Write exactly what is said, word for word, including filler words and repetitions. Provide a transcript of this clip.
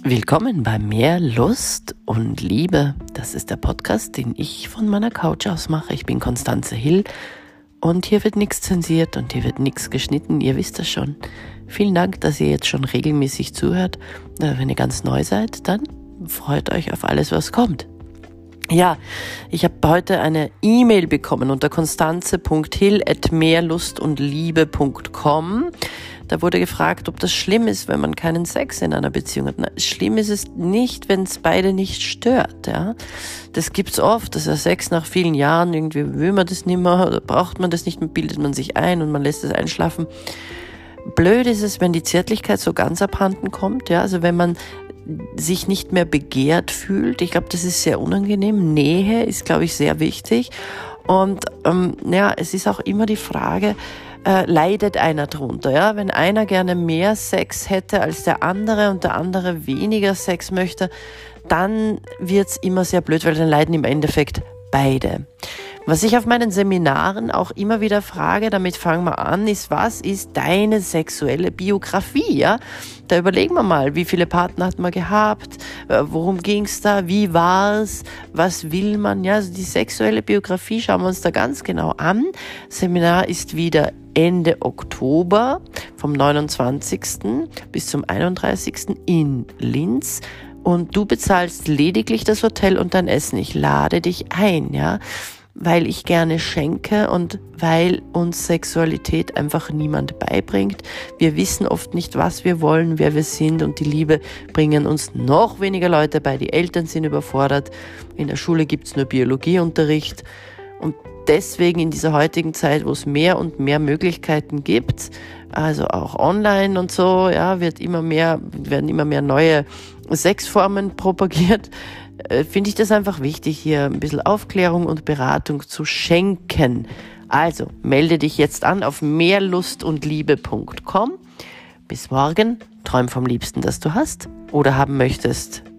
Willkommen bei Mehr Lust und Liebe. Das ist der Podcast, den ich von meiner Couch aus mache. Ich bin Constanze Hill und hier wird nichts zensiert und hier wird nichts geschnitten. Ihr wisst das schon. Vielen Dank, dass ihr jetzt schon regelmäßig zuhört. Wenn ihr ganz neu seid, dann freut euch auf alles, was kommt. Ja, ich habe heute eine E-Mail bekommen unter constanze punkt hill at mehrlustundliebe punkt com. Da wurde gefragt, ob das schlimm ist, wenn man keinen Sex in einer Beziehung hat. Na, schlimm ist es nicht, wenn es beide nicht stört. Ja, das gibt's oft, dass der Sex nach vielen Jahren irgendwie will man das nicht mehr oder braucht man das nicht mehr, bildet man sich ein und man lässt es einschlafen. Blöd ist es, wenn die Zärtlichkeit so ganz abhanden kommt. Ja, also wenn man sich nicht mehr begehrt fühlt. Ich glaube, das ist sehr unangenehm. Nähe ist, glaube ich, sehr wichtig. Und ähm, ja, es ist auch immer die Frage, äh, leidet einer drunter? Ja? Wenn einer gerne mehr Sex hätte als der andere und der andere weniger Sex möchte, dann wird's immer sehr blöd, weil dann leiden im Endeffekt beide. Was ich auf meinen Seminaren auch immer wieder frage, damit fangen wir an, ist, was ist deine sexuelle Biografie? Ja? Da überlegen wir mal, wie viele Partner hat man gehabt, worum ging's da, wie war's, was will man? Ja, also die sexuelle Biografie schauen wir uns da ganz genau an. Das Seminar ist wieder Ende Oktober, vom neunundzwanzigsten bis zum einunddreißigsten in Linz. Und du bezahlst lediglich das Hotel und dein Essen. Ich lade dich ein, ja, weil ich gerne schenke und weil uns Sexualität einfach niemand beibringt. Wir wissen oft nicht, was wir wollen, wer wir sind, und die Liebe bringen uns noch weniger Leute bei. Die Eltern sind überfordert. In der Schule gibt's nur Biologieunterricht. Und deswegen in dieser heutigen Zeit, wo es mehr und mehr Möglichkeiten gibt, also auch online und so, ja, wird immer mehr, werden immer mehr neue Sexformen propagiert, äh, finde ich das einfach wichtig, hier ein bisschen Aufklärung und Beratung zu schenken. Also, melde dich jetzt an auf mehrlustundliebe punkt com. Bis morgen, träum vom Liebsten, das du hast oder haben möchtest.